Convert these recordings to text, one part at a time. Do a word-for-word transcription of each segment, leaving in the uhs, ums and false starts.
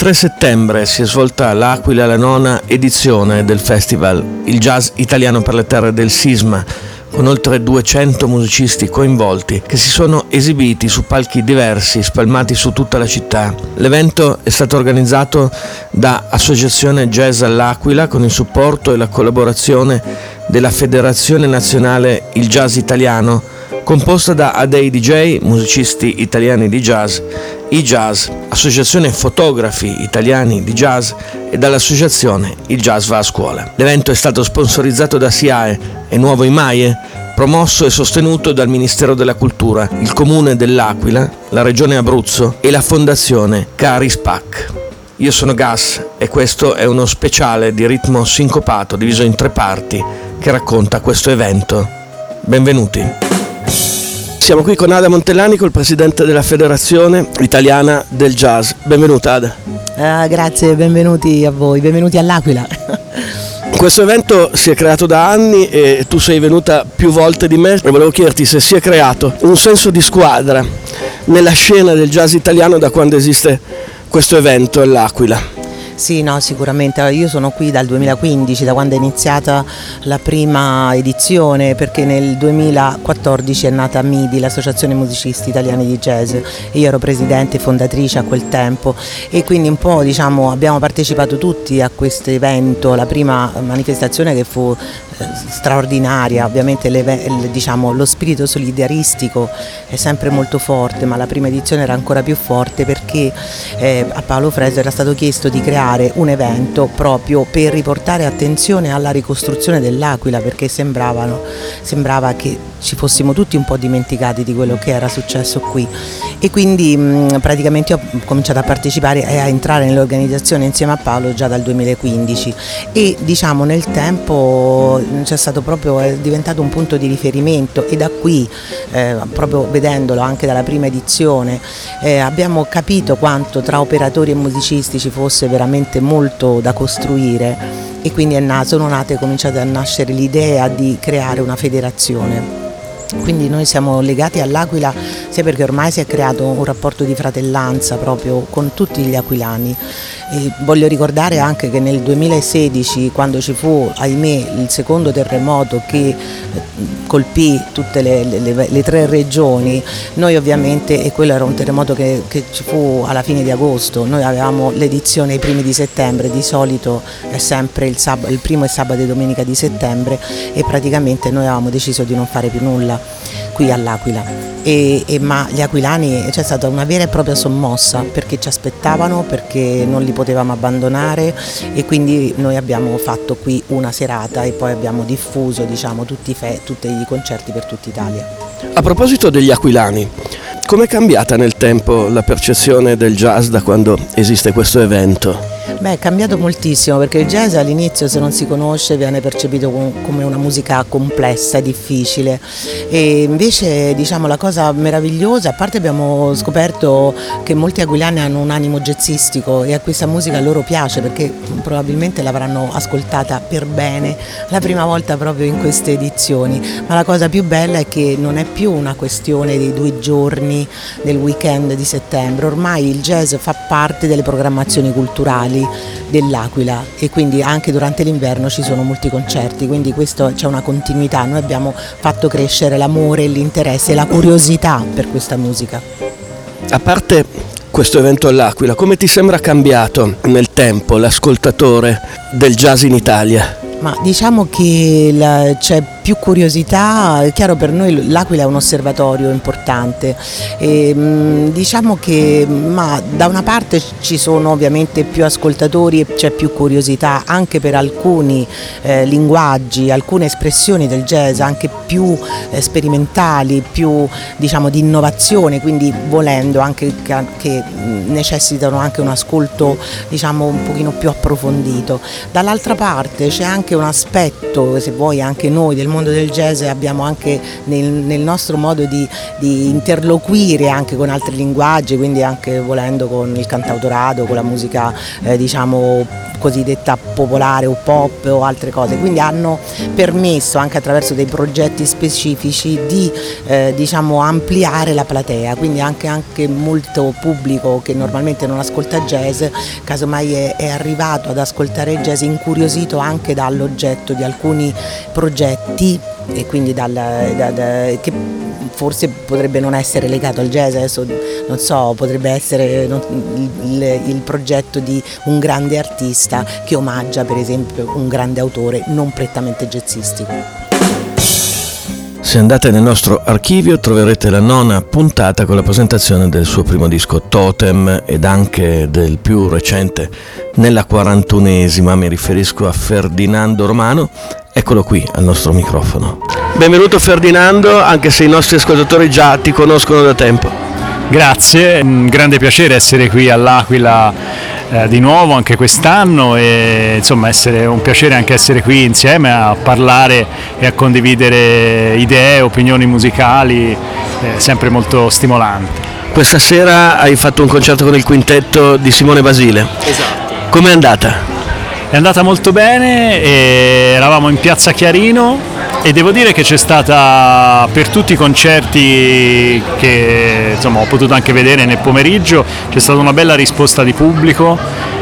tre settembre si è svolta a L'Aquila la nona edizione del festival Il Jazz Italiano per le Terre del Sisma, con oltre duecento musicisti coinvolti che si sono esibiti su palchi diversi spalmati su tutta la città. L'evento è stato organizzato da Associazione Jazz all'Aquila con il supporto e la collaborazione della Federazione Nazionale Il Jazz Italiano, composta da A D E I D J, musicisti italiani di jazz, I-Jazz, Associazione Fotografi Italiani di Jazz e dall'associazione Il Jazz va a scuola. L'evento è stato sponsorizzato da SIAE e Nuovo Imaie, promosso e sostenuto dal Ministero della Cultura, il Comune dell'Aquila, la Regione Abruzzo e la Fondazione Caris Pac. Io sono Gas e questo è uno speciale di ritmo sincopato diviso in tre parti che racconta questo evento. Benvenuti. Siamo qui con Ada Montellani, col presidente della Federazione Italiana del Jazz. Benvenuta Ada. Ah, grazie, benvenuti a voi, benvenuti all'Aquila. Questo evento si è creato da anni e tu sei venuta più volte di me e volevo chiederti se si è creato un senso di squadra nella scena del jazz italiano da quando esiste questo evento all'Aquila. Sì, no, sicuramente. Io sono qui dal duemilaquindici, da quando è iniziata la prima edizione, perché nel duemilaquattordici è nata M I D I, l'Associazione Musicisti Italiani di Jazz, e io ero presidente e fondatrice a quel tempo, e quindi un po', diciamo, abbiamo partecipato tutti a questo evento. La prima manifestazione che fu eh, straordinaria, ovviamente le, diciamo, lo spirito solidaristico è sempre molto forte, ma la prima edizione era ancora più forte perché eh, a Paolo Fresu era stato chiesto di creare un evento proprio per riportare attenzione alla ricostruzione dell'Aquila, perché sembravano, sembrava che ci fossimo tutti un po' dimenticati di quello che era successo qui, e quindi mh, praticamente ho cominciato a partecipare e a entrare nell'organizzazione insieme a Paolo già dal duemilaquindici, e diciamo nel tempo c'è stato proprio, è diventato un punto di riferimento, e da qui eh, proprio vedendolo anche dalla prima edizione eh, abbiamo capito quanto tra operatori e musicisti ci fosse veramente molto da costruire, e quindi è nato, sono nate, è cominciata a nascere l'idea di creare una federazione. Quindi noi siamo legati all'Aquila sia perché ormai si è creato un rapporto di fratellanza proprio con tutti gli aquilani. E voglio ricordare anche che nel duemilasedici, quando ci fu, ahimè, il secondo terremoto che colpì tutte le, le, le tre regioni, noi ovviamente, e quello era un terremoto che, che ci fu alla fine di agosto, noi avevamo l'edizione i primi di settembre, di solito è sempre il, sab- il primo e sabato e domenica di settembre, e praticamente noi avevamo deciso di non fare più nulla qui all'Aquila. E, e, ma gli aquilani, c'è stata una vera e propria sommossa, perché ci aspettavano, perché non li potevamo abbandonare, e quindi noi abbiamo fatto qui una serata e poi abbiamo diffuso, diciamo, tutti, i fe- tutti i concerti per tutta Italia. A proposito degli aquilani, com'è cambiata nel tempo la percezione del jazz da quando esiste questo evento? Beh, è cambiato moltissimo, perché il jazz all'inizio, se non si conosce, viene percepito come una musica complessa, difficile, e invece, diciamo, la cosa meravigliosa, a parte abbiamo scoperto che molti aquilani hanno un animo jazzistico e a questa musica loro piace, perché probabilmente l'avranno ascoltata per bene la prima volta proprio in queste edizioni, ma la cosa più bella è che non è più una questione di due giorni del weekend di settembre, ormai il jazz fa parte delle programmazioni culturali dell'Aquila, e quindi anche durante l'inverno ci sono molti concerti, quindi questo, c'è una continuità. Noi abbiamo fatto crescere l'amore, l'interesse e la curiosità per questa musica. A parte questo evento all'Aquila, come ti sembra cambiato nel tempo l'ascoltatore del jazz in Italia? Ma diciamo che la, c'è più curiosità, è chiaro, per noi l'Aquila è un osservatorio importante, e, mh, diciamo che ma da una parte ci sono ovviamente più ascoltatori e c'è più curiosità anche per alcuni eh, linguaggi, alcune espressioni del jazz anche più eh, sperimentali, più, diciamo, di innovazione, quindi volendo anche che, che necessitano anche un ascolto, diciamo, un pochino più approfondito. Dall'altra parte c'è anche un aspetto, se vuoi anche noi del mondo del jazz abbiamo anche nel, nel nostro modo di, di interloquire anche con altri linguaggi, quindi anche volendo con il cantautorato, con la musica eh, diciamo cosiddetta popolare o pop o altre cose, quindi hanno permesso anche attraverso dei progetti specifici di eh, diciamo ampliare la platea, quindi anche, anche molto pubblico che normalmente non ascolta jazz casomai è, è arrivato ad ascoltare jazz incuriosito anche dall'oggetto di alcuni progetti e quindi dal, da, da, che forse potrebbe non essere legato al jazz, adesso non so, potrebbe essere non, il, il progetto di un grande artista che omaggia per esempio un grande autore non prettamente jazzistico. Se andate nel nostro archivio troverete la nona puntata con la presentazione del suo primo disco Totem ed anche del più recente Nella quarantunesima, mi riferisco a Ferdinando Romano. Eccolo qui al nostro microfono. Benvenuto Ferdinando, anche se i nostri ascoltatori già ti conoscono da tempo. Grazie, è un grande piacere essere qui all'Aquila eh, di nuovo anche quest'anno e insomma essere un piacere anche essere qui insieme a parlare e a condividere idee, opinioni musicali, eh, sempre molto stimolante. Questa sera hai fatto un concerto con il quintetto di Simone Basile. Esatto. Com'è andata? È andata molto bene, e eravamo in Piazza Chiarino e devo dire che c'è stata, per tutti i concerti che insomma ho potuto anche vedere nel pomeriggio, c'è stata una bella risposta di pubblico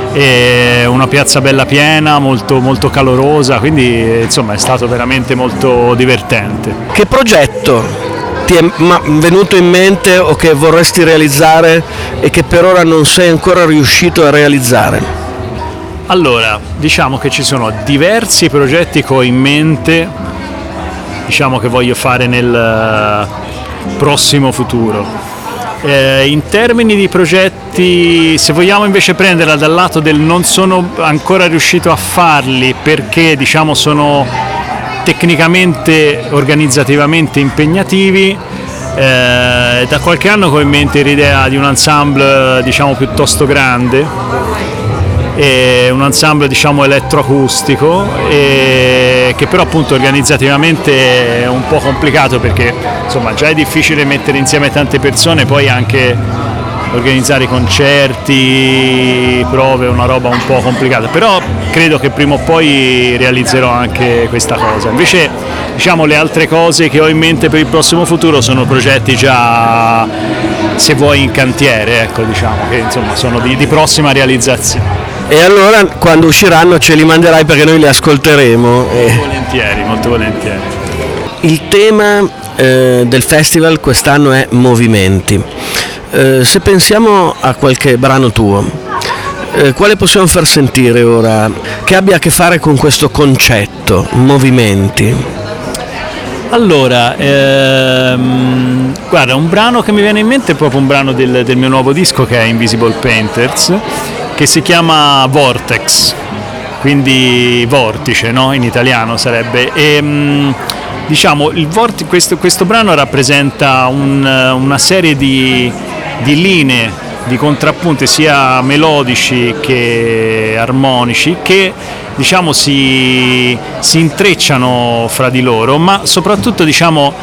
e una piazza bella piena, molto, molto calorosa, quindi insomma è stato veramente molto divertente. Che progetto ti è venuto in mente o che vorresti realizzare e che per ora non sei ancora riuscito a realizzare? Allora, diciamo che ci sono diversi progetti che ho in mente, diciamo che voglio fare nel prossimo futuro. Eh, in termini di progetti, se vogliamo invece prenderla dal lato del non sono ancora riuscito a farli perché diciamo sono tecnicamente, organizzativamente impegnativi, eh, da qualche anno ho in mente l'idea di un ensemble diciamo piuttosto grande, è un ensemble diciamo elettroacustico e che però appunto organizzativamente è un po' complicato perché insomma già è difficile mettere insieme tante persone, poi anche organizzare concerti, prove, è una roba un po' complicata, però credo che prima o poi realizzerò anche questa cosa. Invece diciamo le altre cose che ho in mente per il prossimo futuro sono progetti già, se vuoi, in cantiere, ecco, diciamo che insomma sono di, di prossima realizzazione. E allora quando usciranno ce li manderai perché noi li ascolteremo. Molto volentieri, molto volentieri. Il tema eh, del festival quest'anno è movimenti. Eh, se pensiamo a qualche brano tuo, eh, quale possiamo far sentire ora che abbia a che fare con questo concetto, movimenti? Allora, ehm, guarda, un brano che mi viene in mente è proprio un brano del, del mio nuovo disco che è Invisible Painters, che si chiama Vortex, quindi vortice, no? In italiano sarebbe. E, mh, diciamo, il vorti- questo, questo brano rappresenta un, una serie di, di linee, di contrappunti sia melodici che armonici che diciamo si, si intrecciano fra di loro, ma soprattutto diciamo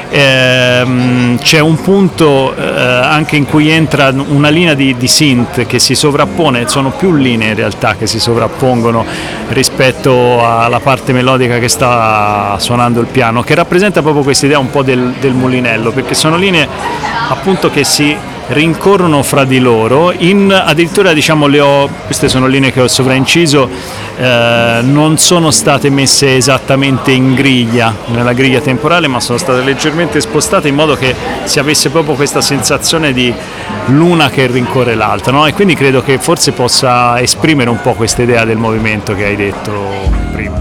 ehm, c'è un punto eh, anche in cui entra una linea di, di synth che si sovrappone, sono più linee in realtà che si sovrappongono rispetto alla parte melodica che sta suonando il piano, che rappresenta proprio questa idea un po' del, del mulinello, perché sono linee appunto che si rincorrono fra di loro, in, addirittura diciamo le ho, queste sono linee che ho sovrainciso, eh, non sono state messe esattamente in griglia, nella griglia temporale, ma sono state leggermente spostate in modo che si avesse proprio questa sensazione di l'una che rincorre l'altra, no? E quindi credo che forse possa esprimere un po' questa idea del movimento che hai detto prima.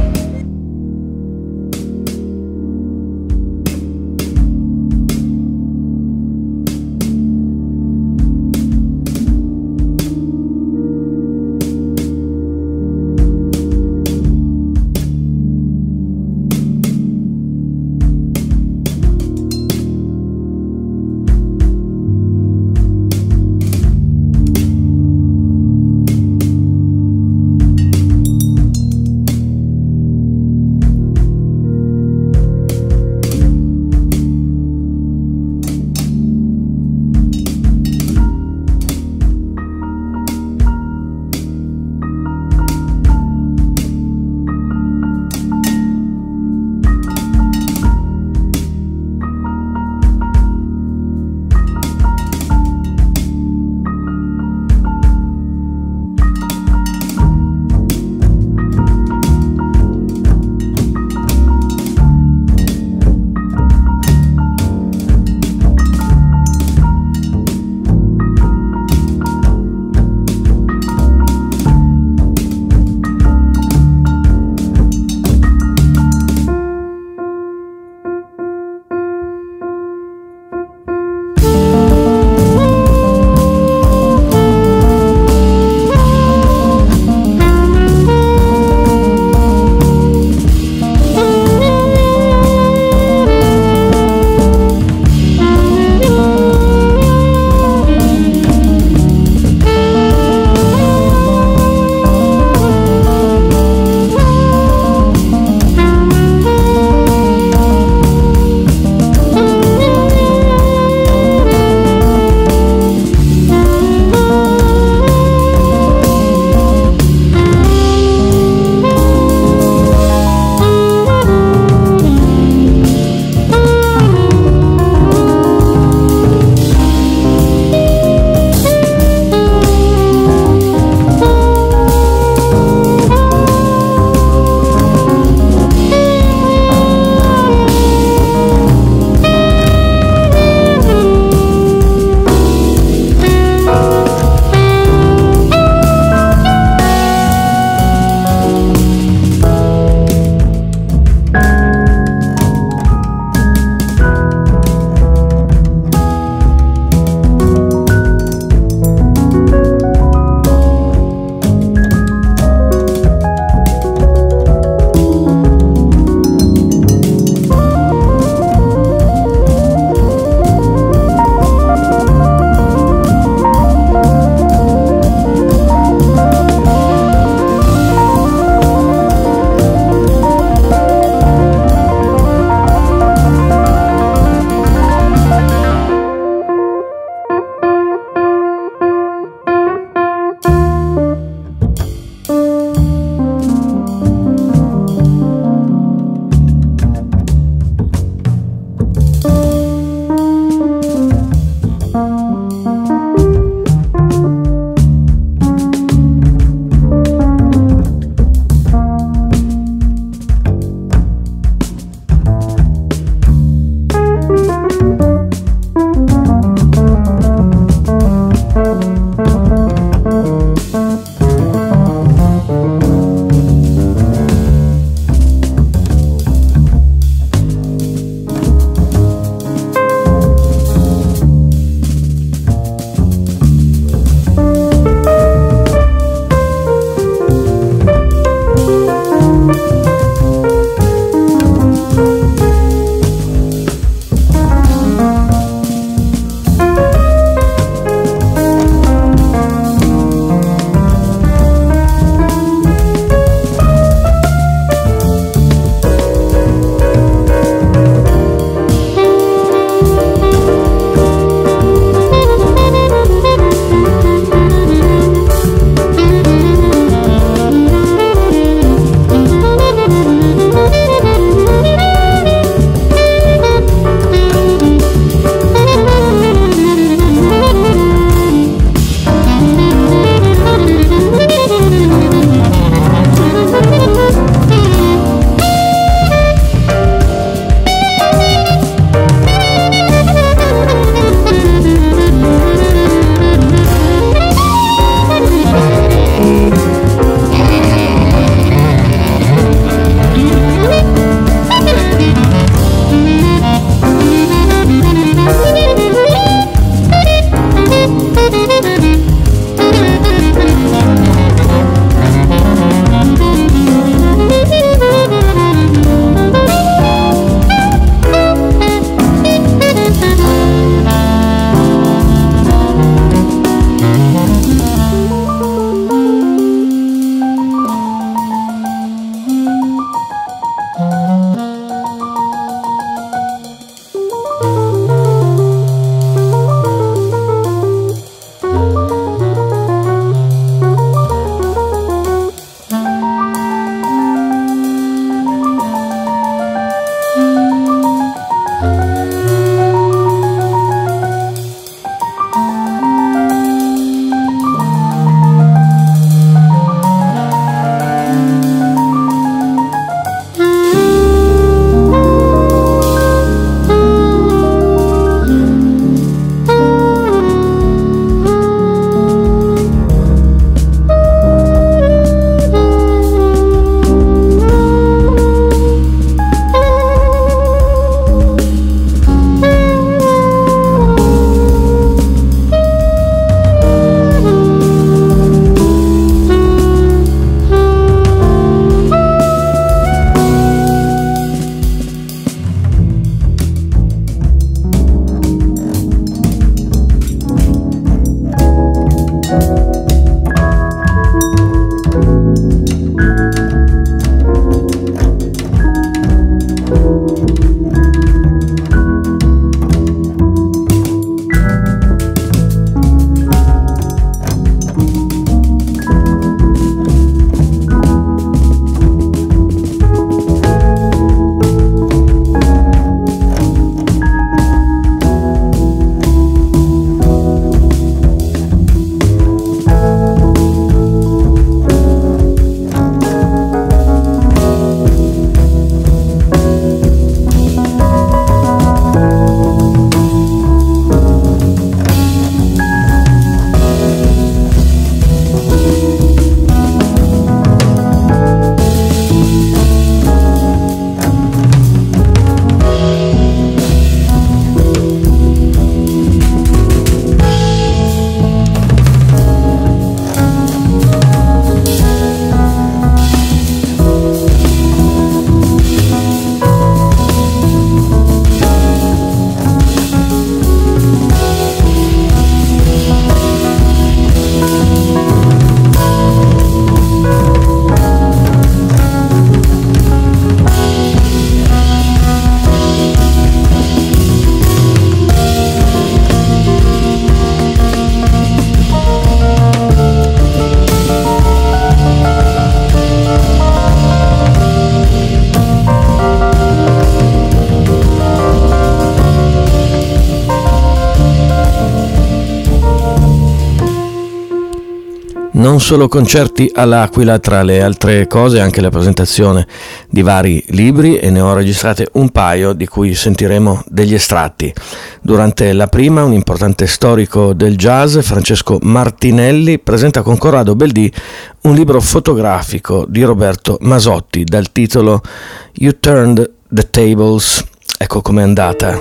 non solo concerti all'Aquila, tra le altre cose anche la presentazione di vari libri, e ne ho registrate un paio di cui sentiremo degli estratti. Durante la prima, un importante storico del jazz, Francesco Martinelli, presenta con Corrado Beldì un libro fotografico di Roberto Masotti dal titolo You Turned the Tables. Ecco com'è andata.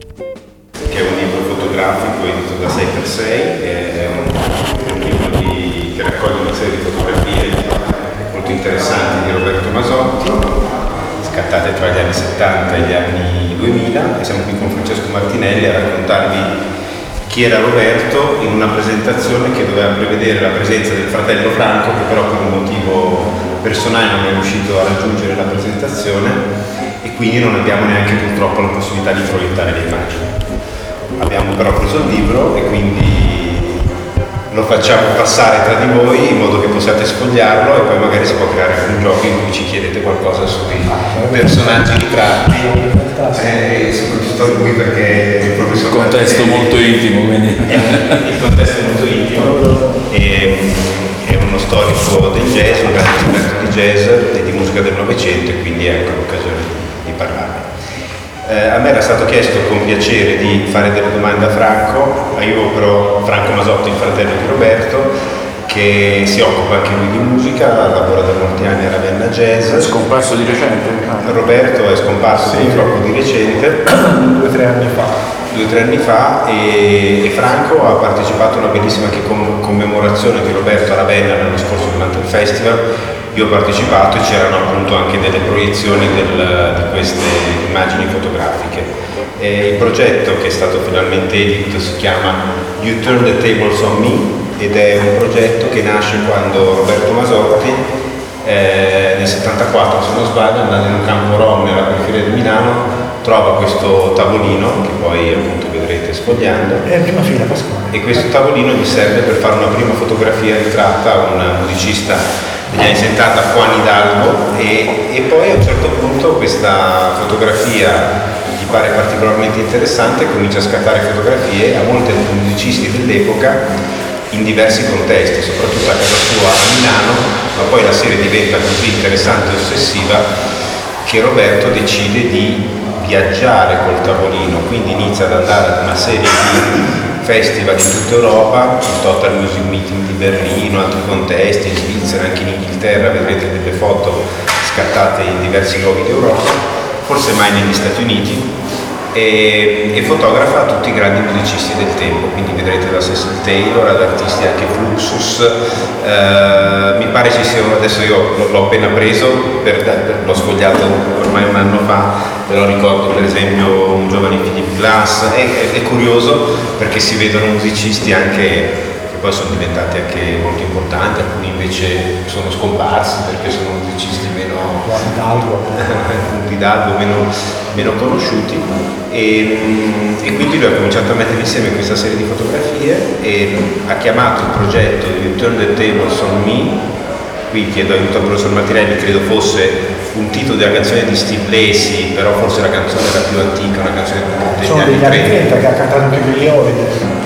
Che è un libro fotografico edito da sei per sei, è un libro di, che raccoglie una serie di fotografie molto interessanti di Roberto Masotti, scattate tra gli anni settanta e gli anni duemila, e siamo qui con Francesco Martinelli a raccontarvi chi era Roberto in una presentazione che doveva prevedere la presenza del fratello Franco, che però per un motivo personale non è riuscito a raggiungere la presentazione, e quindi non abbiamo neanche purtroppo la possibilità di proiettare le immagini. Abbiamo però preso il libro e quindi lo facciamo passare tra di voi in modo che possiate sfogliarlo, e poi magari si può creare anche un gioco in cui ci chiedete qualcosa sui personaggi ritratti, eh, e soprattutto lui perché il professor il contesto è molto intimo, quindi il contesto è molto intimo, e è uno storico del jazz, un grande esperto di jazz e di musica del Novecento, e quindi ecco l'occasione di, di parlarne. Eh, a me era stato chiesto con piacere di fare delle domande a Franco, ma io però Franco Masotti, il fratello di Roberto, che si occupa anche lui di musica, lavora da molti anni a Ravenna Jazz. È scomparso di recente? Roberto è scomparso sì, purtroppo di recente, due o tre anni fa. Due o tre anni fa, e, e Franco ha partecipato a una bellissima anche com- commemorazione di Roberto a Ravenna l'anno scorso durante il festival. Io ho partecipato e c'erano appunto anche delle proiezioni del, di queste immagini fotografiche. E il progetto che è stato finalmente edito si chiama You Turn the Tables on Me, ed è un progetto che nasce quando Roberto Masotti eh, nel settantaquattro, se non sbaglio, andando in un campo rom nella periferia di Milano, trova questo tavolino che poi appunto vedrete sfogliando. È in prima fila, Pasquale. E questo tavolino gli serve per fare una prima fotografia ritratta a un musicista degli anni settanta, Juan Hidalgo, e, e poi a un certo punto questa fotografia gli pare particolarmente interessante, comincia a scattare fotografie a molti musicisti dell'epoca in diversi contesti, soprattutto a casa sua a Milano, ma poi la serie diventa così interessante e ossessiva che Roberto decide di viaggiare col tavolino, quindi inizia ad andare ad una serie di festival in tutta Europa, il Total Music Meeting di Berlino, altri contesti, in Svizzera, anche in Inghilterra, vedrete delle foto scattate in diversi luoghi d'Europa, forse mai negli Stati Uniti, e, e fotografa tutti i grandi musicisti del tempo, quindi vedrete da Cecil Taylor ad artisti anche Fluxus, eh, mi pare ci sia, adesso io l'ho appena preso, per, per, l'ho sfogliato ormai un anno fa, però ricordo per esempio un giovane Philip Glass, è, è, è curioso perché si vedono musicisti anche che poi sono diventati anche molto importanti, alcuni invece sono scomparsi perché sono musicisti meno Hidalgo, meno, meno conosciuti, e, e quindi lui ha cominciato a mettere insieme questa serie di fotografie e ha chiamato il progetto You Turn the Tables on Me. Qui chiedo aiuto al professor Martinelli, credo fosse un titolo della canzone di Steve Lacy, però forse la canzone era più antica, una canzone degli sono anni degli anni trenta. trenta che ha cantato anche Billie Holiday.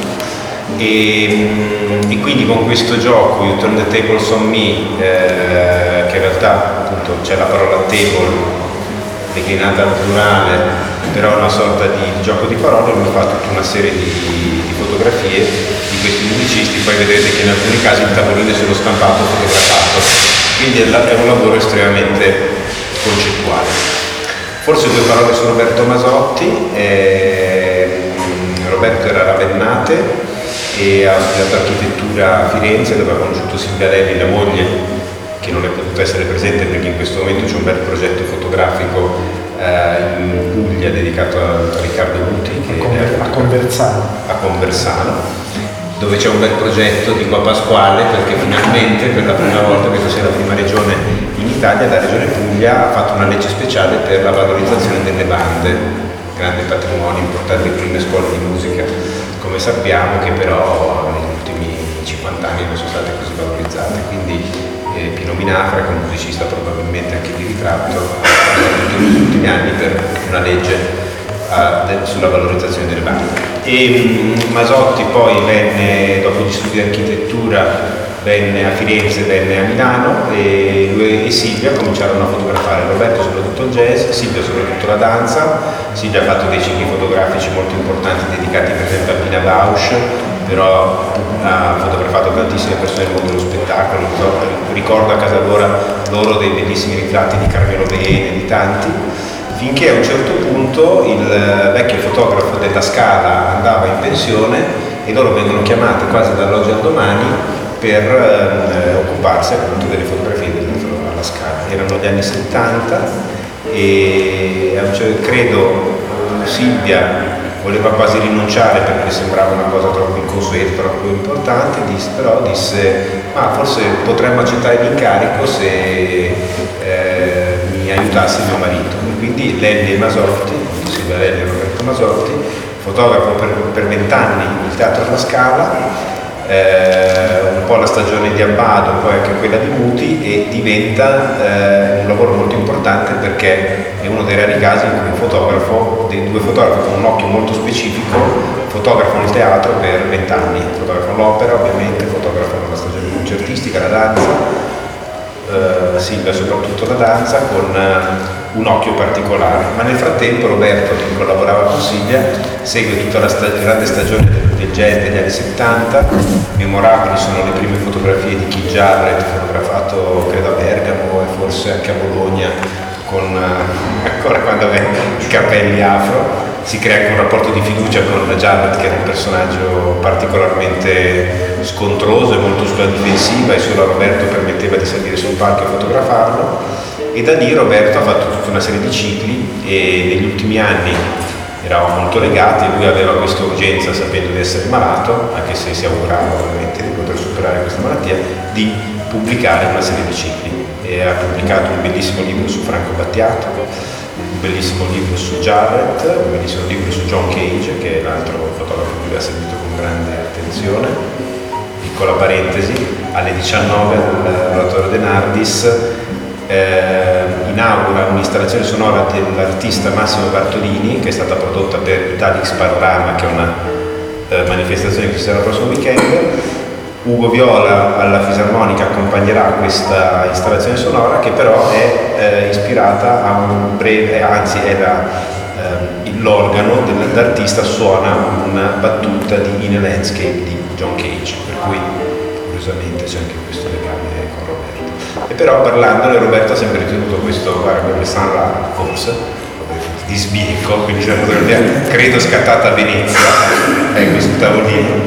E, e quindi con questo gioco You Turn the Tables on Me, eh, che in realtà appunto c'è la parola table declinata al plurale, però è una sorta di, di gioco di parole, lui fa tutta una serie di, di fotografie di questi musicisti, poi vedrete che in alcuni casi il tavolino è solo stampato e fotografato, quindi è un lavoro estremamente concettuale. Forse due parole su Roberto Masotti. eh, Roberto era ravennate e ha studiato architettura a Firenze, dove ha conosciuto Silvia Levi, la moglie, che non è potuta essere presente perché in questo momento c'è un bel progetto fotografico eh, in Puglia dedicato a Riccardo Muti, che a, Conver- è a Conversano. a Conversano, dove c'è un bel progetto di Qua Pasquale, perché finalmente per la prima volta, questa sia la prima regione in Italia, la regione Puglia ha fatto una legge speciale per la valorizzazione delle bande, grande patrimonio, importante prime scuole di musica, come sappiamo, che però negli ultimi cinquanta anni non sono state così valorizzate, quindi eh, Pino Minafra, che è un musicista probabilmente anche di ritratto, ha fatto negli ultimi anni per una legge uh, de- sulla valorizzazione delle bande. E um, Masotti poi venne, dopo gli studi di architettura, venne a Firenze, venne a Milano e lui e Silvia cominciarono a fotografare, Roberto soprattutto il jazz, Silvia soprattutto la danza. Silvia ha fatto dei cicli fotografici molto importanti dedicati per esempio a Pina Bausch, però ha fotografato tantissime persone del mondo dello spettacolo, ricordo a casa loro, loro dei bellissimi ritratti di Carmelo Bene, di tanti, finché a un certo punto il vecchio fotografo della Scala andava in pensione e loro vengono chiamati quasi dall'oggi al domani per eh, occuparsi appunto delle fotografie dentro alla Scala. Erano gli anni settanta e credo Silvia voleva quasi rinunciare perché sembrava una cosa troppo inconsueta, troppo importante, disse, però disse ma forse potremmo accettare l'incarico se eh, mi aiutasse mio marito. E quindi Lelli Masotti, Silvia Lelli e Roberto Masotti, fotografo per vent'anni il Teatro alla Scala, eh, un po' la stagione di Abbado, poi anche quella di Muti, e diventa eh, un lavoro molto importante perché è uno dei rari casi in cui un fotografo, dei due fotografi con un occhio molto specifico, fotografano il teatro per vent'anni, fotografano l'opera ovviamente, fotografano la stagione concertistica, la danza, eh, Silvia soprattutto la danza, con eh, un occhio particolare. Ma nel frattempo Roberto, che collaborava con Silvia, segue tutta la sta- grande stagione del, del jazz degli anni settanta. Memorabili sono le prime fotografie di Keith Jarrett, fotografato credo a Bergamo e forse anche a Bologna, con uh, ancora quando aveva i capelli afro. Si crea anche un rapporto di fiducia con Jarrett, che era un personaggio particolarmente scontroso e molto sulla difensiva, e solo a Roberto permetteva di salire sul palco e fotografarlo. E da lì Roberto ha fatto tutta una serie di cicli e negli ultimi anni eravamo molto legati, lui aveva questa urgenza, sapendo di essere malato, anche se si augurava ovviamente di poter superare questa malattia, di pubblicare una serie di cicli. E ha pubblicato un bellissimo libro su Franco Battiato, un bellissimo libro su Jarrett, un bellissimo libro su John Cage, che è l'altro fotografo che lui ha seguito con grande attenzione. Piccola parentesi, alle diciannove all'Oratorio De Nardis eh, inaugura un'installazione sonora dell'artista Massimo Bartolini, che è stata prodotta per Italix Panorama, che è una eh, manifestazione che ci sarà il prossimo weekend. Ugo Viola alla fisarmonica accompagnerà questa installazione sonora, che però è eh, ispirata a un breve, anzi è la, eh, l'organo dell'artista suona una battuta di In a Landscape di John Cage, per cui curiosamente c'è anche questo legame con Roberto. E però parlandone Roberto ha sempre ritenuto questo, guarda, come San Ra, forse di sbieco, quindi c'è una fotografia credo scattata a Venezia, ecco, sul tavolino,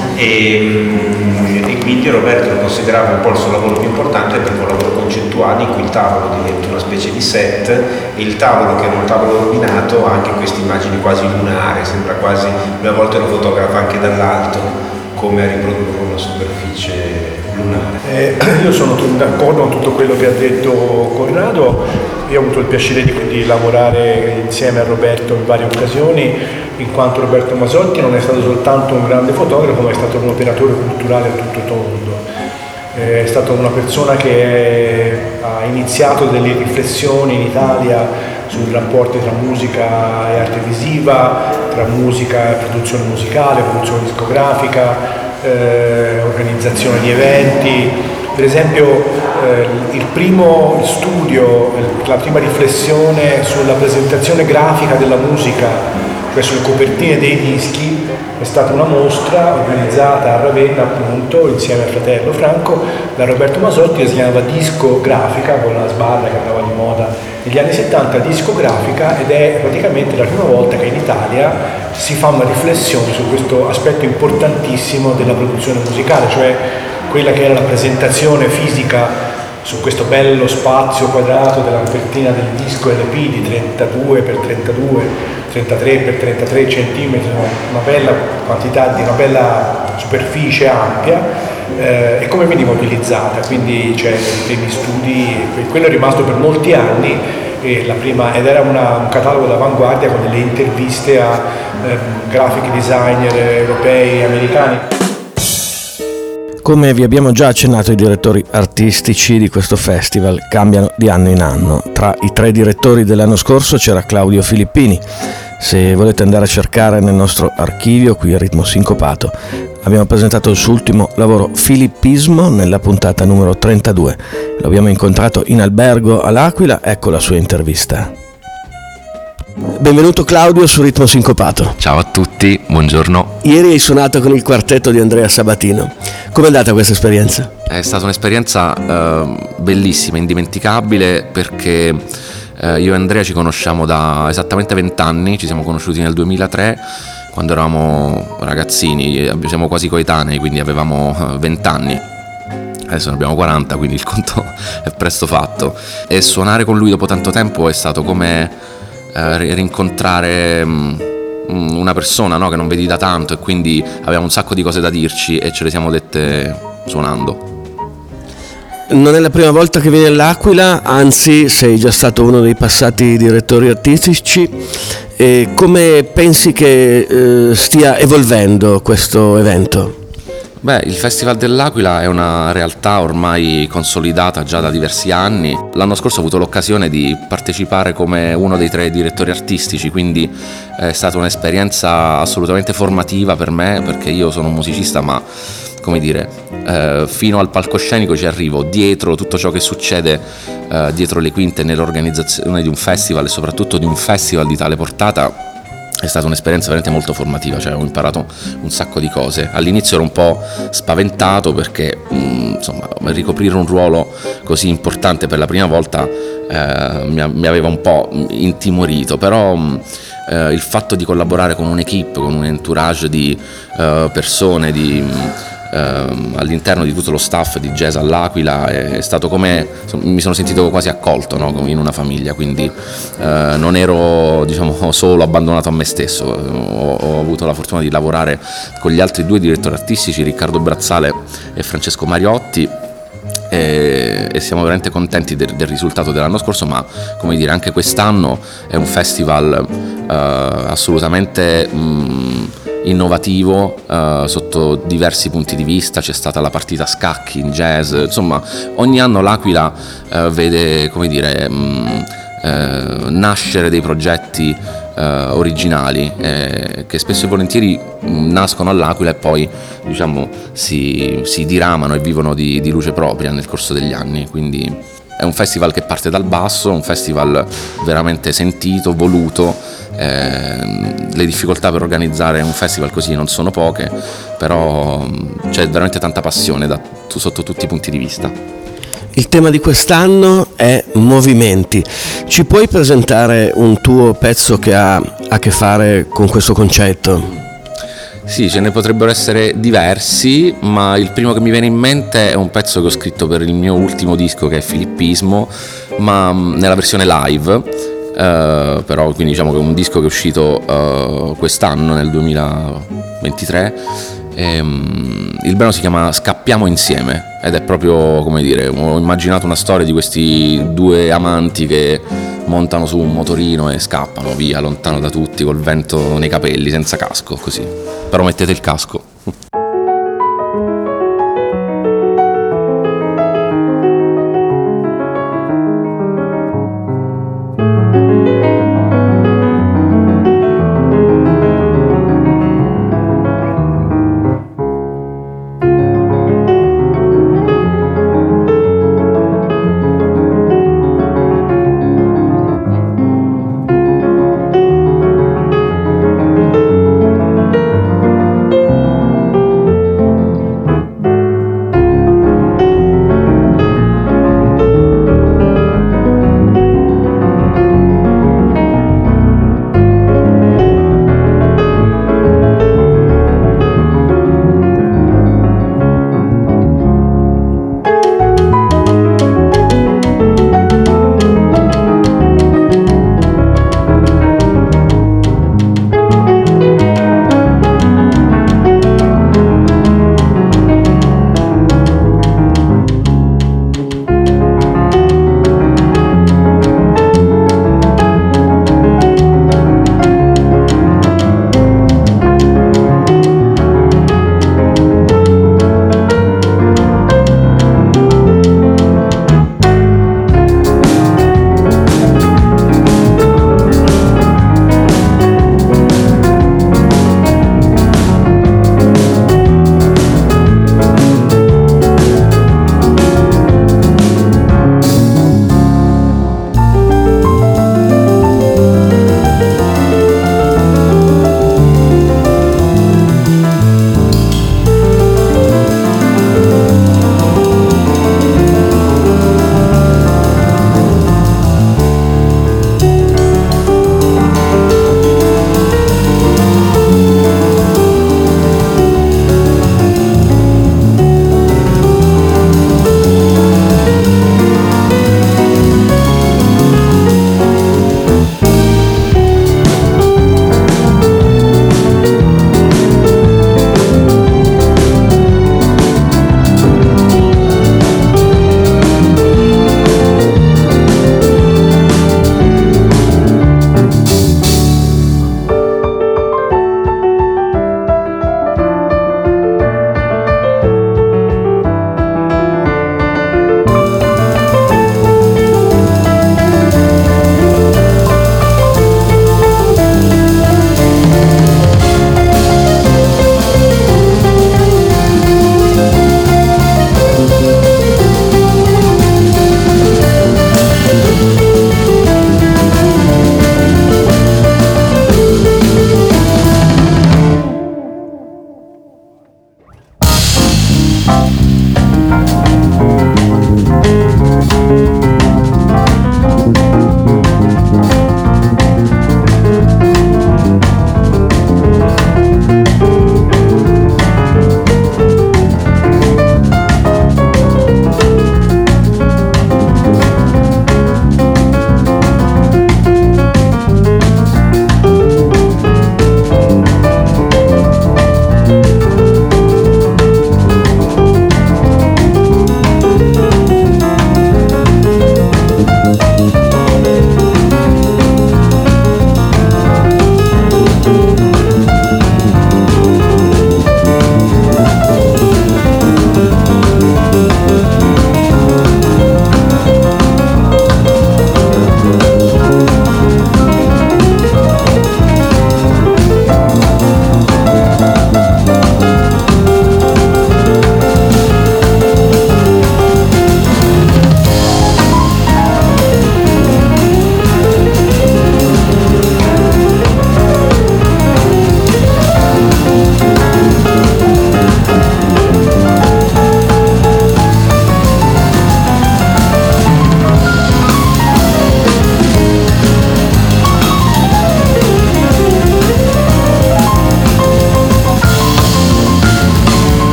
e, e quindi Roberto lo considerava un po' il suo lavoro più importante perché è un lavoro concettuale in cui il tavolo diventa una specie di set e il tavolo, che era un tavolo rovinato, ha anche queste immagini quasi lunare, sembra quasi, una volta lo fotografa anche dall'alto come a riprodurre una superficie lunare. Eh, io sono d'accordo con tutto quello che ha detto Corrado. Io ho avuto il piacere di, di lavorare insieme a Roberto in varie occasioni, in quanto Roberto Masotti non è stato soltanto un grande fotografo, ma è stato un operatore culturale a tutto tondo. È stata una persona che ha iniziato delle riflessioni in Italia sui rapporti tra musica e arte visiva, tra musica e produzione musicale, produzione discografica, eh, organizzazione di eventi. Per esempio eh, il primo studio, la prima riflessione sulla presentazione grafica della musica, cioè sulle copertine dei dischi, è stata una mostra organizzata a Ravenna, appunto, insieme al fratello Franco, da Roberto Masotti, che si chiamava Discografica, con la sbarra che andava di moda negli anni settanta, Discografica, ed è praticamente la prima volta che in Italia si fa una riflessione su questo aspetto importantissimo della produzione musicale, cioè quella che era la presentazione fisica su questo bello spazio quadrato della copertina del disco L P di trentadue per trentadue, trentatré per trentatré centimetri, una bella quantità di una bella superficie ampia, eh, e come veniva utilizzata. Quindi c'è i primi studi, quello è rimasto per molti anni, e la prima, ed era una, un catalogo d'avanguardia con delle interviste a eh, graphic designer europei e americani. Come vi abbiamo già accennato, i direttori artistici di questo festival cambiano di anno in anno. Tra i tre direttori dell'anno scorso c'era Claudio Filippini, Se volete andare a cercare nel nostro archivio, qui a Ritmo Sincopato, abbiamo presentato il suo ultimo lavoro Filippismo nella puntata numero trentadue. Lo abbiamo incontrato in albergo all'Aquila, ecco la sua intervista. Benvenuto Claudio su Ritmo Sincopato. Ciao a tutti, buongiorno. Ieri hai suonato con il quartetto di Andrea Sabatino. Com'è andata questa esperienza? È stata un'esperienza eh, bellissima, indimenticabile, perché eh, io e Andrea ci conosciamo da esattamente vent'anni, ci siamo conosciuti nel duemilatré, quando eravamo ragazzini, siamo quasi coetanei, quindi avevamo vent'anni. Adesso ne abbiamo quaranta, quindi il conto è presto fatto. E suonare con lui dopo tanto tempo è stato come eh, rincontrare mh, una persona, no, che non vedi da tanto, e quindi avevamo un sacco di cose da dirci e ce le siamo dette suonando. Non è la prima volta che vieni all'Aquila, anzi sei già stato uno dei passati direttori artistici. E come pensi che eh, stia evolvendo questo evento? Beh, il Festival dell'Aquila è una realtà ormai consolidata già da diversi anni. L'anno scorso ho avuto l'occasione di partecipare come uno dei tre direttori artistici, quindi è stata un'esperienza assolutamente formativa per me, perché io sono un musicista, ma come dire, eh, fino al palcoscenico ci arrivo, dietro tutto ciò che succede eh, dietro le quinte nell'organizzazione di un festival, e soprattutto di un festival di tale portata. È stata un'esperienza veramente molto formativa, cioè ho imparato un sacco di cose. All'inizio ero un po' spaventato perché mh, insomma, ricoprire un ruolo così importante per la prima volta eh, mi, mi aveva un po' intimorito, però mh, eh, il fatto di collaborare con un'equipe, con un entourage di eh, persone, di mh, Uh, all'interno di tutto lo staff di Jazz all'Aquila è stato come, mi sono sentito quasi accolto, no? Come in una famiglia, quindi uh, non ero, diciamo, solo abbandonato a me stesso. Ho, ho avuto la fortuna di lavorare con gli altri due direttori artistici, Riccardo Brazzale e Francesco Mariotti, e, e siamo veramente contenti del, del risultato dell'anno scorso, ma come dire, anche quest'anno è un festival uh, assolutamente mh, innovativo uh, sotto diversi punti di vista. C'è stata la partita a scacchi in jazz, insomma ogni anno l'Aquila uh, vede, come dire, mh, uh, nascere dei progetti uh, originali eh, che spesso e volentieri mh, nascono all'Aquila e poi, diciamo, si, si diramano e vivono di, di luce propria nel corso degli anni. Quindi è un festival che parte dal basso, un festival veramente sentito, voluto. Eh, le difficoltà per organizzare un festival così non sono poche, però c'è veramente tanta passione da, sotto tutti i punti di vista. Il tema di quest'anno è movimenti. Ci puoi presentare un tuo pezzo che ha a che fare con questo concetto? Sì, ce ne potrebbero essere diversi, ma il primo che mi viene in mente è un pezzo che ho scritto per il mio ultimo disco, che è Filippismo, ma nella versione live. Uh, però quindi diciamo che è un disco che è uscito uh, quest'anno nel duemilaventitré. E, um, il brano si chiama Scappiamo insieme ed è proprio, come dire, ho immaginato una storia di questi due amanti che montano su un motorino e scappano via lontano da tutti col vento nei capelli, senza casco, così. Però mettete il casco.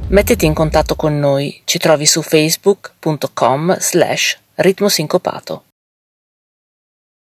Mettiti in contatto con noi, ci trovi su facebook punto com slash ritmo sincopato.